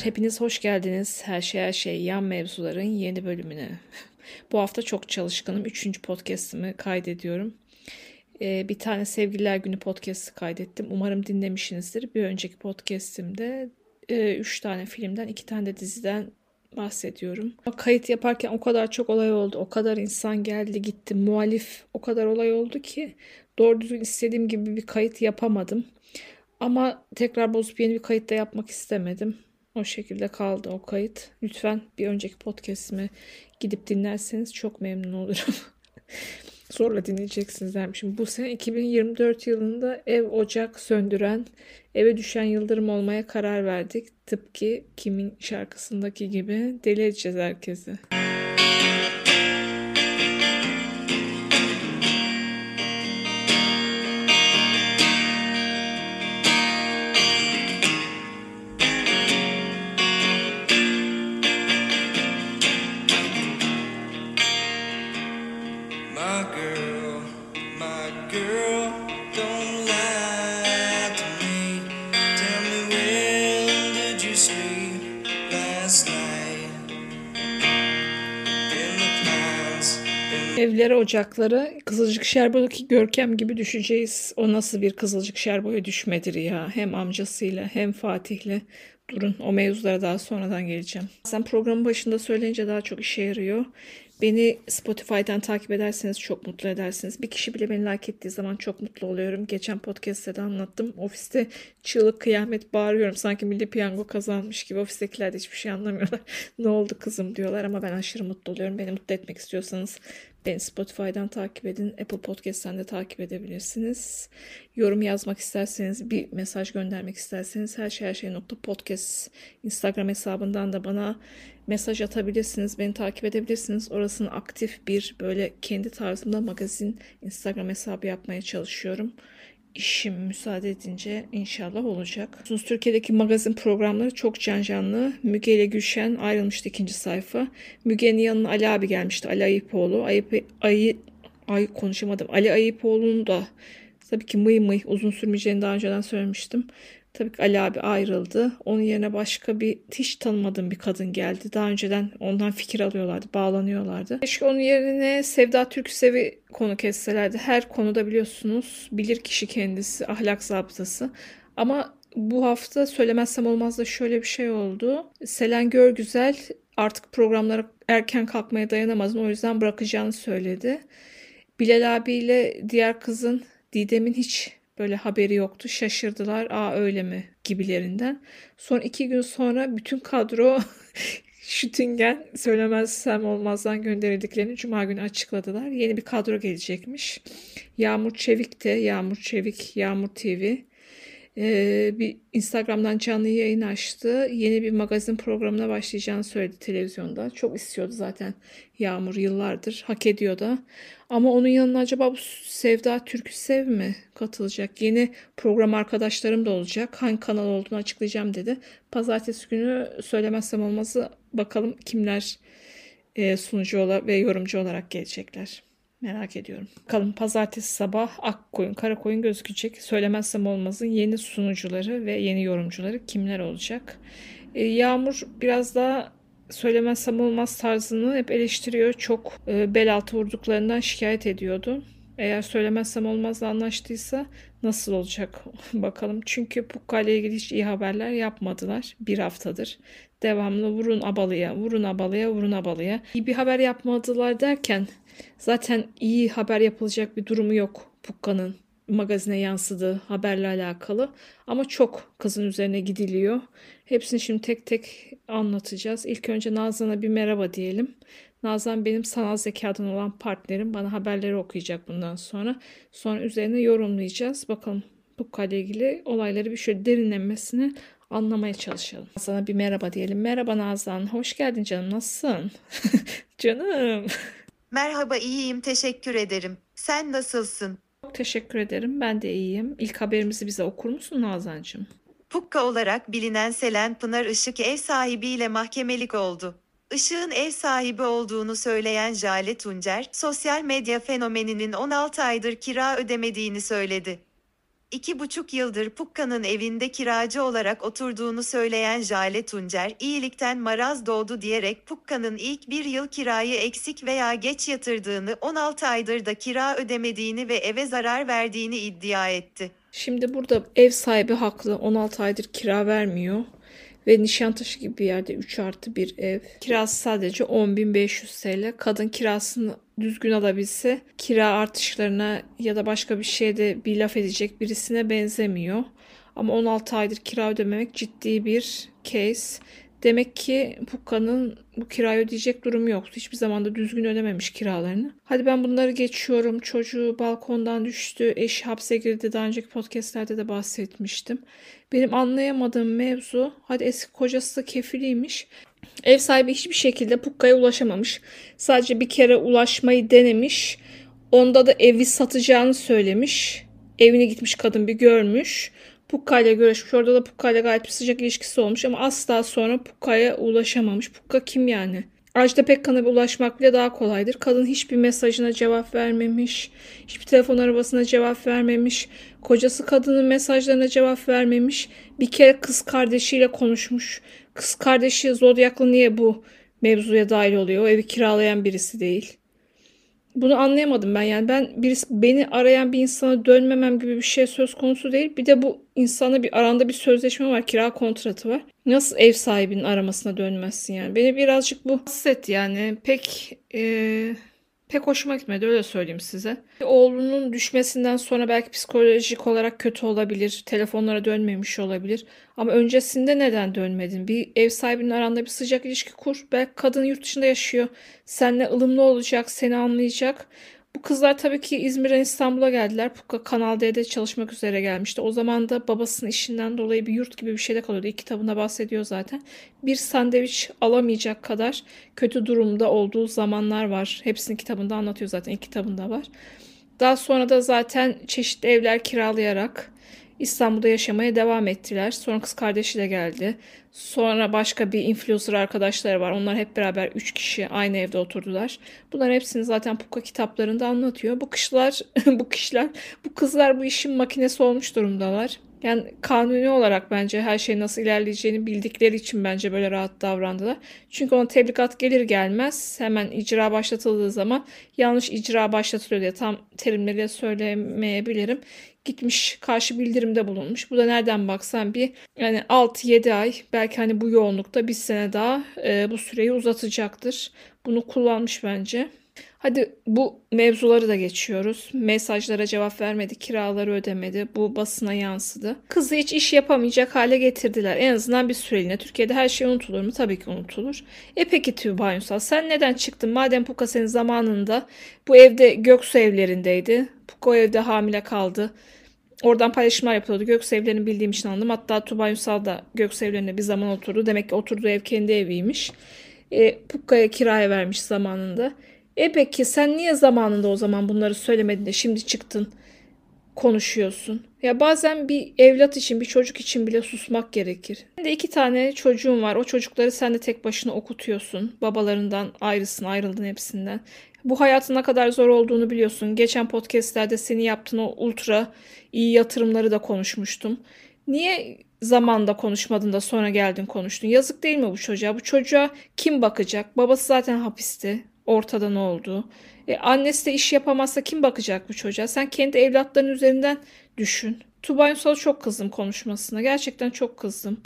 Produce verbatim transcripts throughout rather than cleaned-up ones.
Hepiniz hoş geldiniz. Her şey her şey yan mevzuların yeni bölümüne. Bu hafta çok çalışkınım. Üçüncü podcast'ımı kaydediyorum. Ee, bir tane Sevgililer Günü podcast'ı kaydettim. Umarım dinlemişsinizdir. Bir önceki podcast'imde e, üç tane filmden, iki tane de diziden bahsediyorum. Kayıt yaparken o kadar çok olay oldu. O kadar insan geldi gitti. Muhalif o kadar olay oldu ki doğru düzgün istediğim gibi bir kayıt yapamadım. Ama tekrar bozup yeni bir kayıt da yapmak istemedim. O şekilde kaldı o kayıt. Lütfen bir önceki podcast'imi gidip dinlerseniz çok memnun olurum. Zorla dinleyeceksiniz dermişim. Bu sene iki bin yirmi dört yılında ev ocak söndüren, eve düşen yıldırım olmaya karar verdik. Tıpkı Kim'in şarkısındaki gibi deli edeceğiz herkesi. My girl, my girl, don't lie to me. Tell me, when did you sleep last night? In the pines, in Evlere, ocaklara Kızılcık Şerbet'teki Görkem gibi düşeceğiz. O nasıl bir Kızılcık Şerbet'e düşmedir ya. Hem amcasıyla hem Fatih'le. Durun, o mevzulara daha sonradan geleceğim. Sen programın başında söyleyince daha çok işe yarıyor. Beni Spotify'dan takip ederseniz çok mutlu edersiniz. Bir kişi bile beni like ettiği zaman çok mutlu oluyorum. Geçen podcast'te de anlattım. Ofiste çığlık kıyamet bağırıyorum. Sanki milli piyango kazanmış gibi. Ofistekiler de hiçbir şey anlamıyorlar. Ne oldu kızım diyorlar ama ben aşırı mutlu oluyorum. Beni mutlu etmek istiyorsanız beni Spotify'dan takip edin. Apple Podcast'ten de takip edebilirsiniz. Yorum yazmak isterseniz, bir mesaj göndermek isterseniz her şey her şey nokta podcast Instagram hesabından da bana mesaj atabilirsiniz. Beni takip edebilirsiniz. Orasını aktif bir böyle kendi tarzımda magazin Instagram hesabı yapmaya çalışıyorum. İşim müsaade edince inşallah olacak. Türkiye'deki magazin programları çok can canlı. Müge ile Gülşen ayrılmıştı ikinci sayfa. Müge'nin yanına Ali abi gelmişti. Ali Ayıpoğlu. Ayıp, ayı, ay konuşamadım. Ali Ayıpoğlu'nun da tabii ki mıy mıy uzun sürmeyeceğini daha önceden söylemiştim. Tabii ki Ali abi ayrıldı. Onun yerine başka bir hiç tanımadığım bir kadın geldi. Daha önceden ondan fikir alıyorlardı, bağlanıyorlardı. Keşke onun yerine Sevda Türksev'i konu kesselerdi. Her konuda biliyorsunuz bilir kişi kendisi, ahlak zabıtası. Ama bu hafta söylemezsem olmaz da şöyle bir şey oldu. Selen Görgüzel artık programlara erken kalkmaya dayanamaz. O yüzden bırakacağını söyledi. Bilal abiyle diğer kızın Didem'in hiç böyle haberi yoktu. Şaşırdılar. Aa öyle mi gibilerinden. Son iki gün sonra bütün kadro Şütingen söylemezsem olmazdan gönderildiklerini Cuma günü açıkladılar. Yeni bir kadro gelecekmiş. Yağmur Çevik de Yağmur Çevik, Yağmur T V ee, bir Instagram'dan canlı yayın açtı. Yeni bir magazin programına başlayacağını söyledi televizyonda. Çok istiyordu zaten Yağmur yıllardır. Hak ediyor da. Ama onun yanına acaba bu Sevda Türksev mi katılacak? Yeni program arkadaşlarım da olacak. Hangi kanal olduğunu açıklayacağım dedi. Pazartesi günü söylemezsem olmazı bakalım kimler e, sunucu olarak ve yorumcu olarak gelecekler. Merak ediyorum. Bakalım pazartesi sabah Akkoyun, Karakoyun gözükecek. Söylemezsem olmazın yeni sunucuları ve yeni yorumcuları kimler olacak? E, Yağmur biraz daha söylemezsem olmaz tarzını hep eleştiriyor. Çok e, bel altı vurduklarından şikayet ediyordu. Eğer söylemezsem olmazla anlaştıysa nasıl olacak bakalım. Çünkü Pukka ile ilgili hiç iyi haberler yapmadılar bir haftadır. Devamlı vurun abalıya, vurun abalıya, vurun abalıya. İyi bir haber yapmadılar derken zaten iyi haber yapılacak bir durumu yok Pukka'nın magazine yansıdığı haberle alakalı. Ama çok kızın üzerine gidiliyor. Hepsini şimdi tek tek anlatacağız. İlk önce Nazan'a bir merhaba diyelim. Nazan benim sanal zekadan olan partnerim. Bana haberleri okuyacak bundan sonra. Sonra üzerine yorumlayacağız. Bakalım Pukka ile ilgili olayları bir şöyle derinlemesine anlamaya çalışalım. Nazan'a bir merhaba diyelim. Merhaba Nazan. Hoş geldin canım. Nasılsın? Canım. Merhaba, iyiyim, teşekkür ederim. Sen nasılsın? Çok teşekkür ederim. Ben de iyiyim. İlk haberimizi bize okur musun Nazancığım? Pukka olarak bilinen Selen Pınar Işık ev sahibiyle mahkemelik oldu. Işık'ın ev sahibi olduğunu söyleyen Jale Tuncer, sosyal medya fenomeninin on altı aydır kira ödemediğini söyledi. İki buçuk yıldır Pukka'nın evinde kiracı olarak oturduğunu söyleyen Jale Tuncer, iyilikten maraz doğdu diyerek Pukka'nın ilk bir yıl kirayı eksik veya geç yatırdığını, on altı aydır da kira ödemediğini ve eve zarar verdiğini iddia etti. Şimdi burada ev sahibi haklı. on altı aydır kira vermiyor. Ve Nişantaşı gibi bir yerde üç artı bir ev. Kirası sadece on bin beş yüz T L. Kadın kirasını düzgün alabilse kira artışlarına ya da başka bir şeyde bir laf edecek birisine benzemiyor. Ama on altı aydır kira ödememek ciddi bir case. Demek ki Pukka'nın bu kirayı ödeyecek durumu yoktu. Hiçbir zaman da düzgün ödememiş kiralarını. Hadi ben bunları geçiyorum. Çocuğu balkondan düştü. Eşi hapse girdi. Daha önceki podcastlerde de bahsetmiştim. Benim anlayamadığım mevzu, hadi eski kocası da kefiliymiş. Ev sahibi hiçbir şekilde Pukka'ya ulaşamamış. Sadece bir kere ulaşmayı denemiş. Onda da evi satacağını söylemiş. Evine gitmiş, kadın bir görmüş. Pukka ile görüşmüş. Orada da Pukka ile gayet bir sıcak ilişkisi olmuş ama asla sonra Pukka'ya ulaşamamış. Pukka kim yani? Ajda Pekkan'a ulaşmak bile daha kolaydır. Kadın hiçbir mesajına cevap vermemiş. Hiçbir telefon arabasına cevap vermemiş. Kocası kadının mesajlarına cevap vermemiş. Bir kere kız kardeşiyle konuşmuş. Kız kardeşi Zodyaklı niye bu mevzuya dahil oluyor? O evi kiralayan birisi değil. Bunu anlayamadım ben. Yani ben birisi, beni arayan bir insana dönmemem gibi bir şey söz konusu değil. Bir de bu insana bir aranda bir sözleşme var, kira kontratı var. Nasıl ev sahibinin aramasına dönmezsin yani? Beni birazcık bu rahatsız etti yani. Pek e, pek hoşuma gitmedi, öyle söyleyeyim size. Oğlunun düşmesinden sonra belki psikolojik olarak kötü olabilir. Telefonlara dönmemiş olabilir. Ama öncesinde neden dönmedin? Bir ev sahibinin aranda bir sıcak ilişki kur. Belki kadın yurt dışında yaşıyor. Seninle ılımlı olacak, seni anlayacak. Bu kızlar tabii ki İzmir'den İstanbul'a geldiler. Pukka Kanal D'de çalışmak üzere gelmişti. O zaman da babasının işinden dolayı bir yurt gibi bir şeyde kalıyordu. İlk kitabında bahsediyor zaten. Bir sandviç alamayacak kadar kötü durumda olduğu zamanlar var. Hepsini kitabında anlatıyor zaten. İlk kitabında var. Daha sonra da zaten çeşitli evler kiralayarak İstanbul'da yaşamaya devam ettiler. Sonra kız kardeşi de geldi. Sonra başka bir influencer arkadaşları var. Onlar hep beraber üç kişi aynı evde oturdular. Bunların hepsini zaten Pukka kitaplarında anlatıyor. Bu kişiler, bu kişiler, bu kızlar bu işin makinesi olmuş durumdalar. Yani kanuni olarak bence her şey nasıl ilerleyeceğini bildikleri için bence böyle rahat davrandılar. Çünkü ona tebligat gelir gelmez hemen icra başlatıldığı zaman yanlış icra başlatılıyor diye tam terimleriyle söylemeyebilirim. Gitmiş karşı bildirimde bulunmuş. Bu da nereden baksan bir yani altı yedi ay, belki hani bu yoğunlukta bir sene daha e, bu süreyi uzatacaktır. Bunu kullanmış bence. Hadi bu mevzuları da geçiyoruz. Mesajlara cevap vermedi, kiraları ödemedi. Bu basına yansıdı. Kızı hiç iş yapamayacak hale getirdiler. En azından bir süreliğine. Türkiye'de her şey unutulur mu? Tabii ki unutulur. E peki Tuğba Ünsal, sen neden çıktın? Madem Pukka senin zamanında bu evde Göksu evlerindeydi. Pukka o evde hamile kaldı. Oradan paylaşımlar yapılıyordu. Göksu evlerini bildiğim için anladım. Hatta Tuğba Ünsal da Göksu evlerine bir zaman oturdu. Demek ki oturduğu ev kendi eviymiş. E, Pukka'ya kiraya vermiş zamanında. E peki sen niye zamanında o zaman bunları söylemedin de şimdi çıktın konuşuyorsun? Ya bazen bir evlat için, bir çocuk için bile susmak gerekir. Şimdi iki tane çocuğun var. O çocukları sen de tek başına okutuyorsun. Babalarından ayrısın, ayrıldın hepsinden. Bu hayatın ne kadar zor olduğunu biliyorsun. Geçen podcastlerde senin yaptığın o ultra iyi yatırımları da konuşmuştum. Niye zamanda konuşmadın da sonra geldin konuştun? Yazık değil mi bu çocuğa? Bu çocuğa kim bakacak? Babası zaten hapiste. Ortada ne oldu? E, annesi de iş yapamazsa kim bakacak bu çocuğa? Sen kendi evlatların üzerinden düşün. Tuğba Ünsal'a çok kızdım konuşmasına. Gerçekten çok kızdım.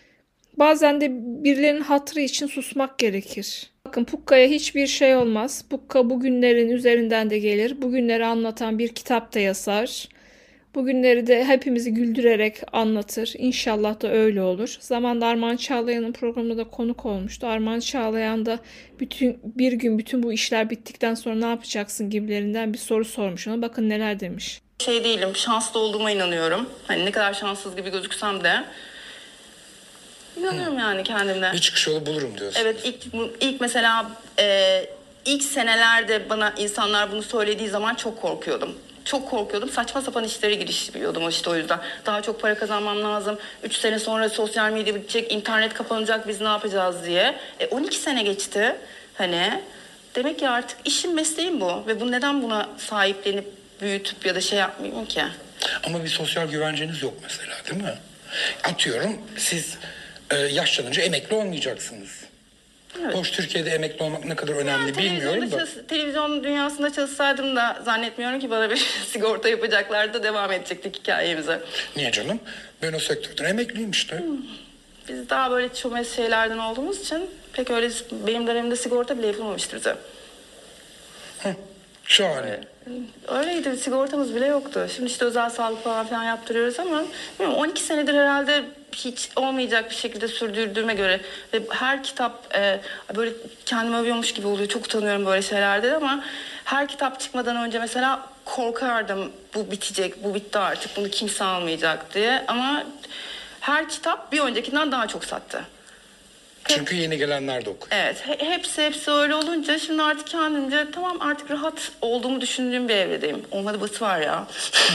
Bazen de birilerinin hatırı için susmak gerekir. Bakın Pukka'ya hiçbir şey olmaz. Pukka bugünlerin üzerinden de gelir. Bugünleri anlatan bir kitap da yazar. Bugünleri de hepimizi güldürerek anlatır. İnşallah da öyle olur. Zamanında Armağan Çağlayan'ın programında da konuk olmuştu. Armağan Çağlayan da bütün bir gün bütün bu işler bittikten sonra ne yapacaksın gibilerinden bir soru sormuş ona. Bakın neler demiş. Şey değilim, şanslı olduğuma inanıyorum. Hani ne kadar şanssız gibi gözüksem de inanıyorum yani kendimde. Bir çıkış yolu bulurum diyorsun. Evet, ilk ilk mesela e, ilk senelerde bana insanlar bunu söylediği zaman çok korkuyordum. Çok korkuyordum. Saçma sapan işlere girişiyordum işte o yüzden. Daha çok para kazanmam lazım. üç sene sonra sosyal medya bitecek, internet kapanacak, biz ne yapacağız diye. E, on iki sene geçti. Hani demek ki artık işim, mesleğim bu. Ve bu neden buna sahiplenip büyütüp ya da şey yapmayayım ki? Ama bir sosyal güvenceniz yok mesela, değil mi? Atıyorum siz e, yaşlanınca emekli olmayacaksınız. Evet. Hoş, Türkiye'de emekli olmak ne kadar önemli Yani bilmiyorum da. televizyonda çalış- televizyon dünyasında çalışsaydım da zannetmiyorum ki bana bir sigorta yapacaklardı, devam edecektik hikayemize. Niye canım? Ben o sektörden emekliyim işte. Biz daha böyle çömez şeylerden olduğumuz için pek öyle, benim dönemimde sigorta bile yapılmamıştı bize. Hı, şahane. Öyleydi, sigortamız bile yoktu. Şimdi işte özel sağlık falan filan yaptırıyoruz ama bilmiyorum, on iki senedir herhalde hiç olmayacak bir şekilde sürdürdüğüme göre ve her kitap e, böyle kendimi övüyormuş gibi oluyor. Çok utanıyorum böyle şeylerde ama her kitap çıkmadan önce mesela korkardım, bu bitecek, bu bitti artık, bunu kimse almayacak diye, ama her kitap bir öncekinden daha çok sattı. Çünkü yeni gelenler de okuyor. Evet, he- hepsi hepsi öyle olunca şimdi artık kendimce tamam, artık rahat olduğumu düşündüğüm bir evredeyim. Olmadı Batı var ya.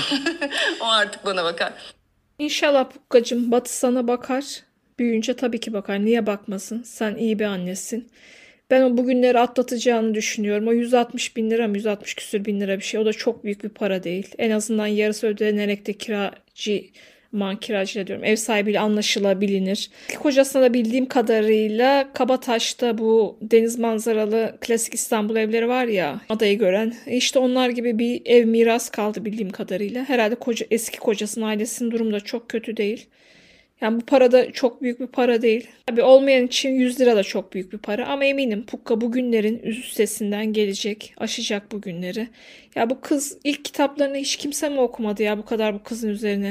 O artık bana bakar. İnşallah Pukkacığım, Batı sana bakar. Büyüyünce tabii ki bakar. Niye bakmasın? Sen iyi bir annesin. Ben o bugünleri atlatacağını düşünüyorum. O yüz altmış bin lira mı? yüz altmış küsür bin lira bir şey. O da çok büyük bir para değil. En azından yarısı ödenerek de kiracı, aman kiracıyla diyorum, ev sahibiyle anlaşılabilir. Kocasına da bildiğim kadarıyla Kabataş'ta bu deniz manzaralı klasik İstanbul evleri var ya, adayı gören. İşte onlar gibi bir ev miras kaldı bildiğim kadarıyla. Herhalde koca, eski kocasının ailesinin durumu da çok kötü değil. Yani bu para da çok büyük bir para değil. Tabii olmayan için yüz lira da çok büyük bir para. Ama eminim Pukka bu günlerin üstesinden gelecek. Aşacak bu günleri. Ya bu kız ilk kitaplarını hiç kimse mi okumadı ya bu kadar bu kızın üzerine?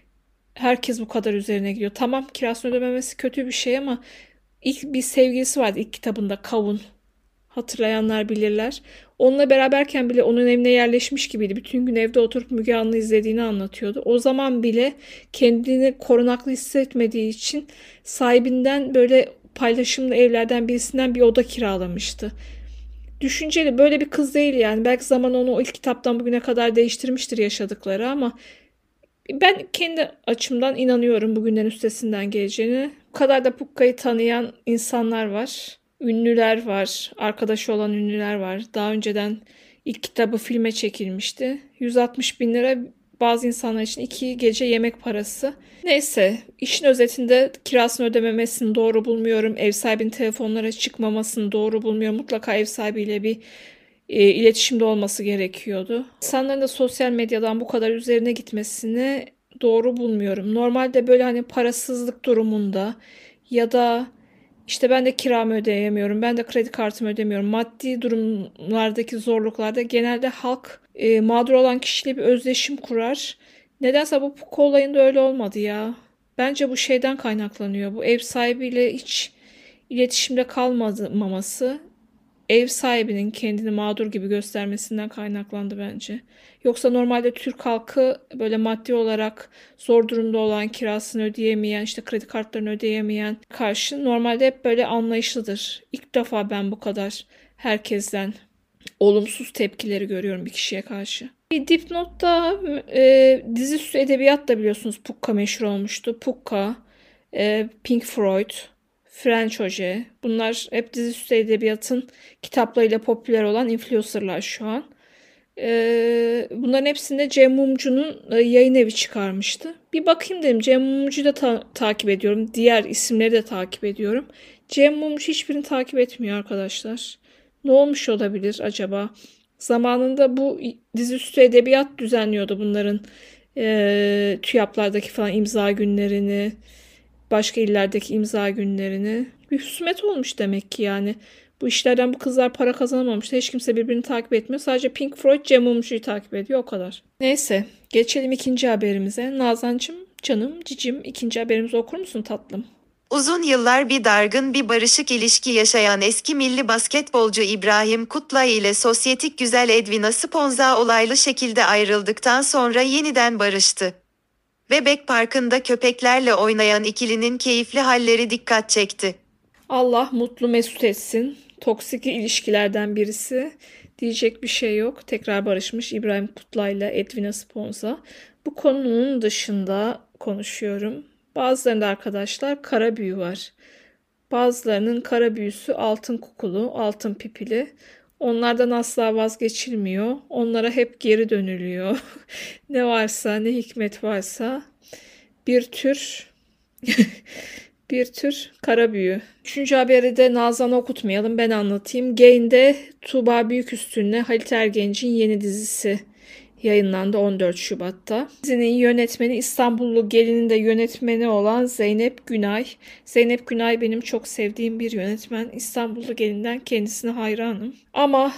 Herkes bu kadar üzerine gidiyor. Tamam, kirasını ödememesi kötü bir şey ama ilk bir sevgilisi vardı ilk kitabında, Kavun. Hatırlayanlar bilirler. Onunla beraberken bile onun evine yerleşmiş gibiydi. Bütün gün evde oturup Müge Anlı izlediğini anlatıyordu. O zaman bile kendini korunaklı hissetmediği için sahibinden, böyle paylaşımlı evlerden birisinden bir oda kiralamıştı. Düşünceli, böyle bir kız değil yani. Belki zaman onu o ilk kitaptan bugüne kadar değiştirmiştir yaşadıkları ama ben kendi açımdan inanıyorum bugünden üstesinden geleceğine. Bu kadar da Pukka'yı tanıyan insanlar var. Ünlüler var. Arkadaşı olan ünlüler var. Daha önceden ilk kitabı filme çekilmişti. yüz altmış bin lira bazı insanlar için iki gece yemek parası. Neyse, işin özetinde kirasını ödememesini doğru bulmuyorum. Ev sahibinin telefonlara çıkmamasını doğru bulmuyorum. Mutlaka ev sahibiyle bir e, iletişimde olması gerekiyordu. İnsanların da sosyal medyadan bu kadar üzerine gitmesini doğru bulmuyorum. Normalde böyle hani parasızlık durumunda ya da işte ben de kiramı ödeyemiyorum, ben de kredi kartımı ödemiyorum, maddi durumlardaki zorluklarda genelde halk e, mağdur olan kişiyle bir özdeşim kurar. Nedense bu Puka olayında öyle olmadı ya. Bence bu şeyden kaynaklanıyor. Bu ev sahibiyle hiç iletişimde kalmaması, ev sahibinin kendini mağdur gibi göstermesinden kaynaklandı bence. Yoksa normalde Türk halkı böyle maddi olarak zor durumda olan, kirasını ödeyemeyen, işte kredi kartlarını ödeyemeyen karşı normalde hep böyle anlayışlıdır. İlk defa ben bu kadar herkesten olumsuz tepkileri görüyorum bir kişiye karşı. Bir dipnotta e, dizüstü edebiyat da biliyorsunuz Pukka meşhur olmuştu. Pukka, e, Pink Floyd, French Hoje. Bunlar hep dizüstü edebiyatın kitaplarıyla popüler olan influencerlar şu an. Ee, bunların hepsinde Cem Mumcu'nun e, yayın evi çıkarmıştı. Bir bakayım dedim. Cem Mumcu'yu da ta- takip ediyorum. Diğer isimleri de takip ediyorum. Cem Mumcu hiçbirini takip etmiyor arkadaşlar. Ne olmuş olabilir acaba? Zamanında bu dizüstü edebiyat düzenliyordu bunların e, TÜYAP'lardaki falan imza günlerini, başka illerdeki imza günlerini. Bir husumet olmuş demek ki yani. Bu işlerden bu kızlar para kazanamamıştı. Hiç kimse birbirini takip etmiyor. Sadece Pink Floyd Cem Mumcu'yu takip ediyor. O kadar. Neyse. Geçelim ikinci haberimize. Nazancığım, canım, cicim, ikinci haberimizi okur musun tatlım? Uzun yıllar bir dargın bir barışık ilişki yaşayan eski milli basketbolcu İbrahim Kutlay ile sosyetik güzel Edwina Sponza olaylı şekilde ayrıldıktan sonra yeniden barıştı. Bebek Parkı'nda köpeklerle oynayan ikilinin keyifli halleri dikkat çekti. Allah mutlu mesut etsin. Toksik ilişkilerden birisi. Diyecek bir şey yok. Tekrar barışmış İbrahim Kutlay'la Edwina Sponza. Bu konunun dışında konuşuyorum. Bazılarında arkadaşlar kara büyü var. Bazılarının kara büyüsü altın kukulu, altın pipili. Onlardan asla vazgeçilmiyor. Onlara hep geri dönülüyor. Ne varsa, ne hikmet varsa bir tür bir tür kara büyü. Üçüncü haberi de Nazan'ı okutmayalım, ben anlatayım. Gain'de Tuğba Büyüküstün'le Halit Ergenç'in yeni dizisi yayınlandı on dört Şubat'ta. Dizinin yönetmeni İstanbullu Gelin'in de yönetmeni olan Zeynep Günay. Zeynep Günay benim çok sevdiğim bir yönetmen. İstanbullu Gelin'den kendisine hayranım. Ama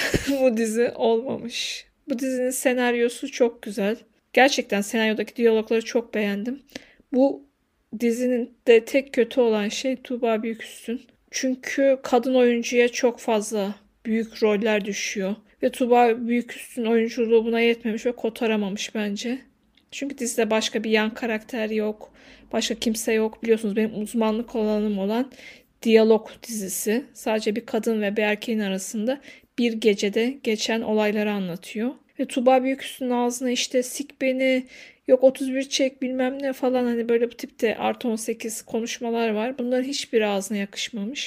bu dizi olmamış. Bu dizinin senaryosu çok güzel. Gerçekten senaryodaki diyalogları çok beğendim. Bu dizinin de tek kötü olan şey Tuğba Büyüküstün. Çünkü kadın oyuncuya çok fazla büyük roller düşüyor. Ve Tuğba Büyüküstün oyunculuğu buna yetmemiş ve kotaramamış bence. Çünkü dizide başka bir yan karakter yok. Başka kimse yok. Biliyorsunuz benim uzmanlık alanım olan diyalog dizisi. Sadece bir kadın ve bir erkeğin arasında bir gecede geçen olayları anlatıyor. Ve Tuğba Büyüküstün'ün ağzına işte sik beni, yok otuz bir çek bilmem ne falan, hani böyle bu tipte artı on sekiz konuşmalar var. Bunların hiçbir ağzına yakışmamış.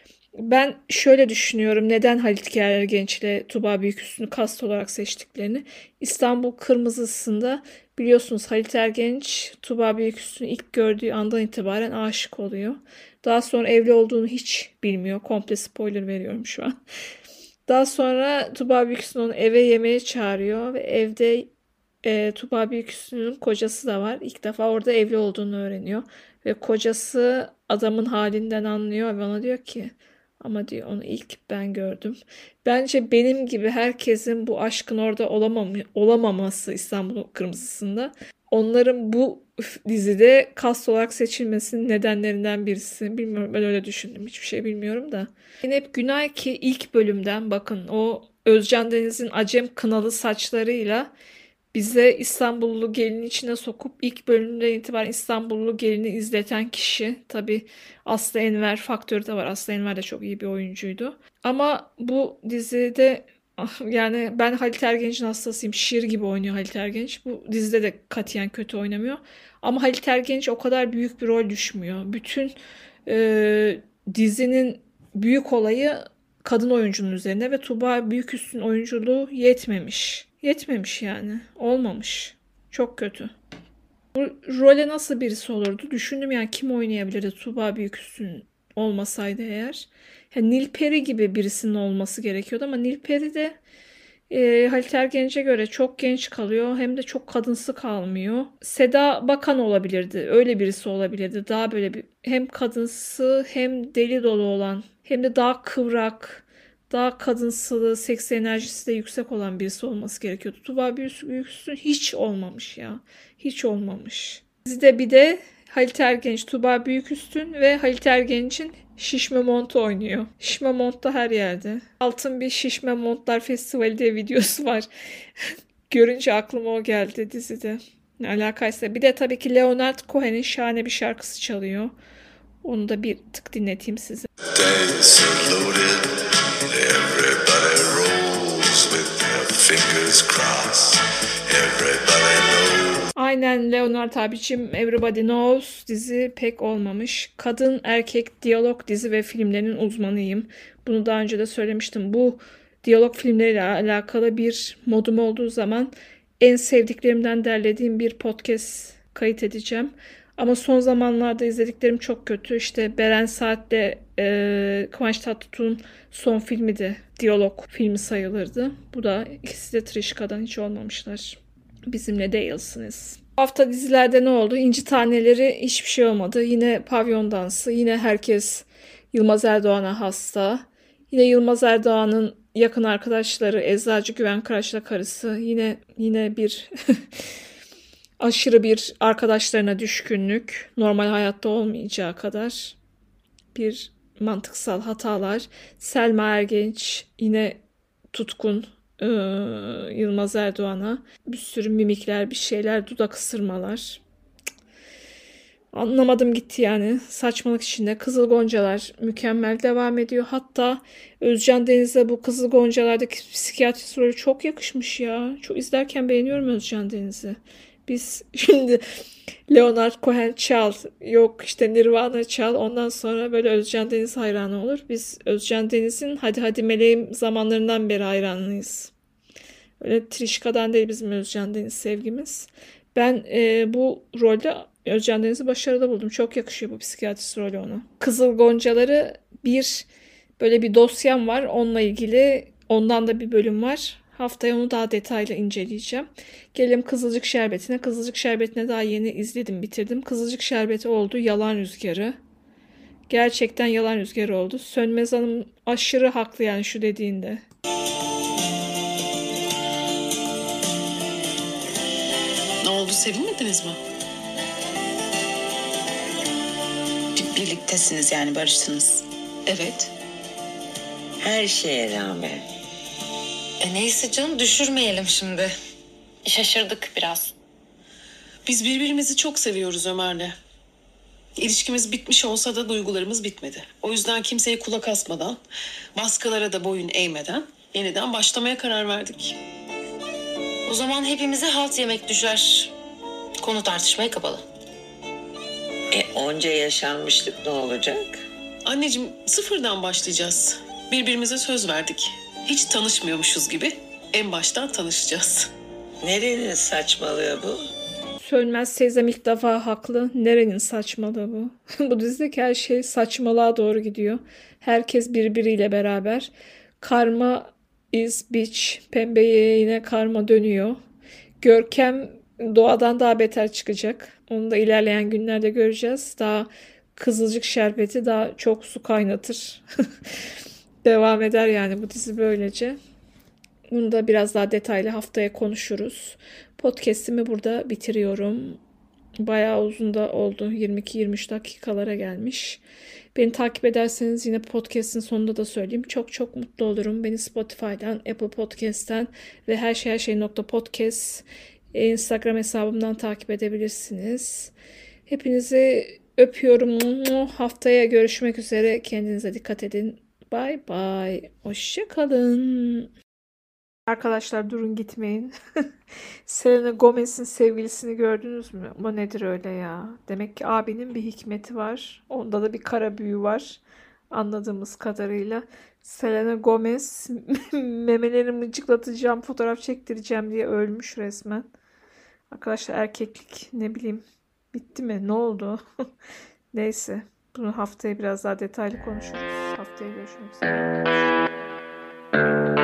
Ben şöyle düşünüyorum, neden Halit Ergenç ile Tuğba Büyüküstün'ü kast olarak seçtiklerini. İstanbul Kırmızısı'nda biliyorsunuz Halit Ergenç Tuğba Büyüküstün'ü ilk gördüğü andan itibaren aşık oluyor. Daha sonra evli olduğunu hiç bilmiyor. Komple spoiler veriyorum şu an. Daha sonra Tuğba Büyüküstün onu eve yemeğe çağırıyor ve evde e, Tuğba Büyüküstün'ün kocası da var. İlk defa orada evli olduğunu öğreniyor. Ve kocası adamın halinden anlıyor ve bana diyor ki, ama diyor onu ilk ben gördüm. Bence benim gibi herkesin bu aşkın orada olamam olamaması İstanbul Kırmızısı'nda onların bu dizide kast olarak seçilmesinin nedenlerinden birisi. Bilmiyorum, ben öyle düşündüm. Hiçbir şey bilmiyorum da. Zeynep Günay ki ilk bölümden bakın o Özcan Deniz'in acem kınalı saçlarıyla bize İstanbullu Gelin'i içine sokup ilk bölümden itibaren İstanbullu Gelin'i izleten kişi. Tabii Aslı Enver faktörü de var. Aslı Enver de çok iyi bir oyuncuydu. Ama bu dizide yani ben Halit Ergenç'in hastasıyım. Şiir gibi oynuyor Halit Ergenç. Bu dizide de katiyen kötü oynamıyor. Ama Halit Ergenç o kadar büyük bir rol düşmüyor. Bütün e, dizinin büyük olayı kadın oyuncunun üzerine ve Tuğba Büyüküstün oyunculuğu yetmemiş. Yetmemiş yani. Olmamış. Çok kötü. Bu role nasıl birisi olurdu? Düşündüm yani kim oynayabilirdi Tuğba Büyüküstün olmasaydı eğer. Yani Nilperi gibi birisinin olması gerekiyordu ama Nilperi de e, Halit Ergenç'e göre çok genç kalıyor. Hem de çok kadınsı kalmıyor. Seda Bakan olabilirdi. Öyle birisi olabilirdi. Daha böyle bir hem kadınsı hem deli dolu olan hem de daha kıvrak, daha kadınsı, seks enerjisi de yüksek olan birisi olması gerekiyordu. Tuğba Büyüküstün hiç olmamış ya. Hiç olmamış. Dizide bir de Halit Ergenç, Tuğba Büyüküstün ve Halit Ergenç'in şişme montu oynuyor. Şişme mont da her yerde. Altın bir şişme montlar festivali diye videosu var. Görünce aklıma o geldi dizide. Ne alakaysa. Bir de tabii ki Leonard Cohen'in şahane bir şarkısı çalıyor. Onu da bir tık dinleteyim size. Dice are loaded, everybody rolls with their fingers crossed, everybody knows. Aynen Leonard abicim, Everybody Knows dizi pek olmamış. Kadın erkek diyalog dizi ve filmlerinin uzmanıyım. Bunu daha önce de söylemiştim. Bu diyalog filmleriyle alakalı bir modum olduğu zaman en sevdiklerimden derlediğim bir podcast kayıt edeceğim. Ama son zamanlarda izlediklerim çok kötü. İşte Beren Saat'le e, Kıvanç Tatlıtuğ'un son filmi de diyalog filmi sayılırdı. Bu da ikisi de Trişka'dan hiç olmamışlar. Bizimle değilsiniz. Bu hafta dizilerde ne oldu? İnci Taneleri hiçbir şey olmadı. Yine Pavyon Dansı. Yine herkes Yılmaz Erdoğan'a hasta. Yine Yılmaz Erdoğan'ın yakın arkadaşları Eczacı Güven Kıraç'la karısı. Yine yine bir aşırı bir arkadaşlarına düşkünlük. Normal hayatta olmayacağı kadar bir mantıksal hatalar. Selma Ergenç yine tutkun Ee, Yılmaz Erdoğan'a bir sürü mimikler, bir şeyler, dudak ısırmalar. Anlamadım gitti yani. Saçmalık içinde. Kızıl Goncalar mükemmel devam ediyor. Hatta Özcan Deniz'e bu Kızıl Goncalar'daki psikiyatrist rolü çok yakışmış ya. Çok izlerken beğeniyorum Özcan Deniz'i. Biz şimdi Leonard Cohen çal, yok işte Nirvana çal, ondan sonra böyle Özcan Deniz hayranı olur. Biz Özcan Deniz'in Hadi Hadi Meleğim zamanlarından beri hayranlıyız. Öyle Trişka'dan değil bizim Özcan Deniz sevgimiz. Ben e, bu rolde Özcan Deniz'i başarılı buldum. Çok yakışıyor bu psikiyatrist rolü ona. Kızıl Goncaları bir böyle bir dosyam var. Onunla ilgili ondan da bir bölüm var. Haftaya onu daha detaylı inceleyeceğim. Gelelim Kızılcık Şerbeti'ne. Kızılcık Şerbeti'ne daha yeni izledim, bitirdim. Kızılcık Şerbeti oldu. Yalan Rüzgarı. Gerçekten Yalan Rüzgarı oldu. Sönmez Hanım aşırı haklı yani şu dediğinde. Ne oldu, sevinmediniz mi? Bir- Birliktesiniz yani, barıştınız. Evet. Her şeye rağmen. E neyse canım, düşürmeyelim şimdi. Şaşırdık biraz. Biz birbirimizi çok seviyoruz Ömer'le. İlişkimiz bitmiş olsa da duygularımız bitmedi. O yüzden kimseye kulak asmadan, baskılara da boyun eğmeden yeniden başlamaya karar verdik. O zaman hepimize halt yemek düşer. Konu tartışmaya kapalı. E onca yaşanmışlık ne olacak? Anneciğim, sıfırdan başlayacağız. Birbirimize söz verdik. Hiç tanışmıyormuşuz gibi en baştan tanışacağız. Nerenin saçmalığı bu? Sönmez teyzem ilk defa haklı. Nerenin saçmalığı bu? Bu dizideki her şey saçmalığa doğru gidiyor. Herkes birbiriyle beraber. Karma is bitch. Pembeye yine karma dönüyor. Görkem doğadan daha beter çıkacak. Onu da ilerleyen günlerde göreceğiz. Daha Kızılcık Şerbeti daha çok su kaynatır. Devam eder yani bu dizi böylece. Bunu da biraz daha detaylı haftaya konuşuruz. Podcast'imi burada bitiriyorum. Bayağı uzun da oldu. yirmi iki yirmi üç dakikalara gelmiş. Beni takip ederseniz yine podcast'in sonunda da söyleyeyim. Çok çok mutlu olurum. Beni Spotify'dan, Apple Podcast'ten ve her şey her şey nokta podcast Instagram hesabımdan takip edebilirsiniz. Hepinizi öpüyorum. Haftaya görüşmek üzere. Kendinize dikkat edin. Bye bye. Hoşça kalın. Arkadaşlar durun gitmeyin. Selena Gomez'in sevgilisini gördünüz mü? Ama nedir öyle ya? Demek ki abinin bir hikmeti var. Onda da bir kara büyü var. Anladığımız kadarıyla. Selena Gomez memelerimi mıcıklatacağım, fotoğraf çektireceğim diye ölmüş resmen. Arkadaşlar erkeklik ne bileyim bitti mi? Ne oldu? Neyse. Bunu haftaya biraz daha detaylı konuşuruz. Haftaya görüşmek üzere.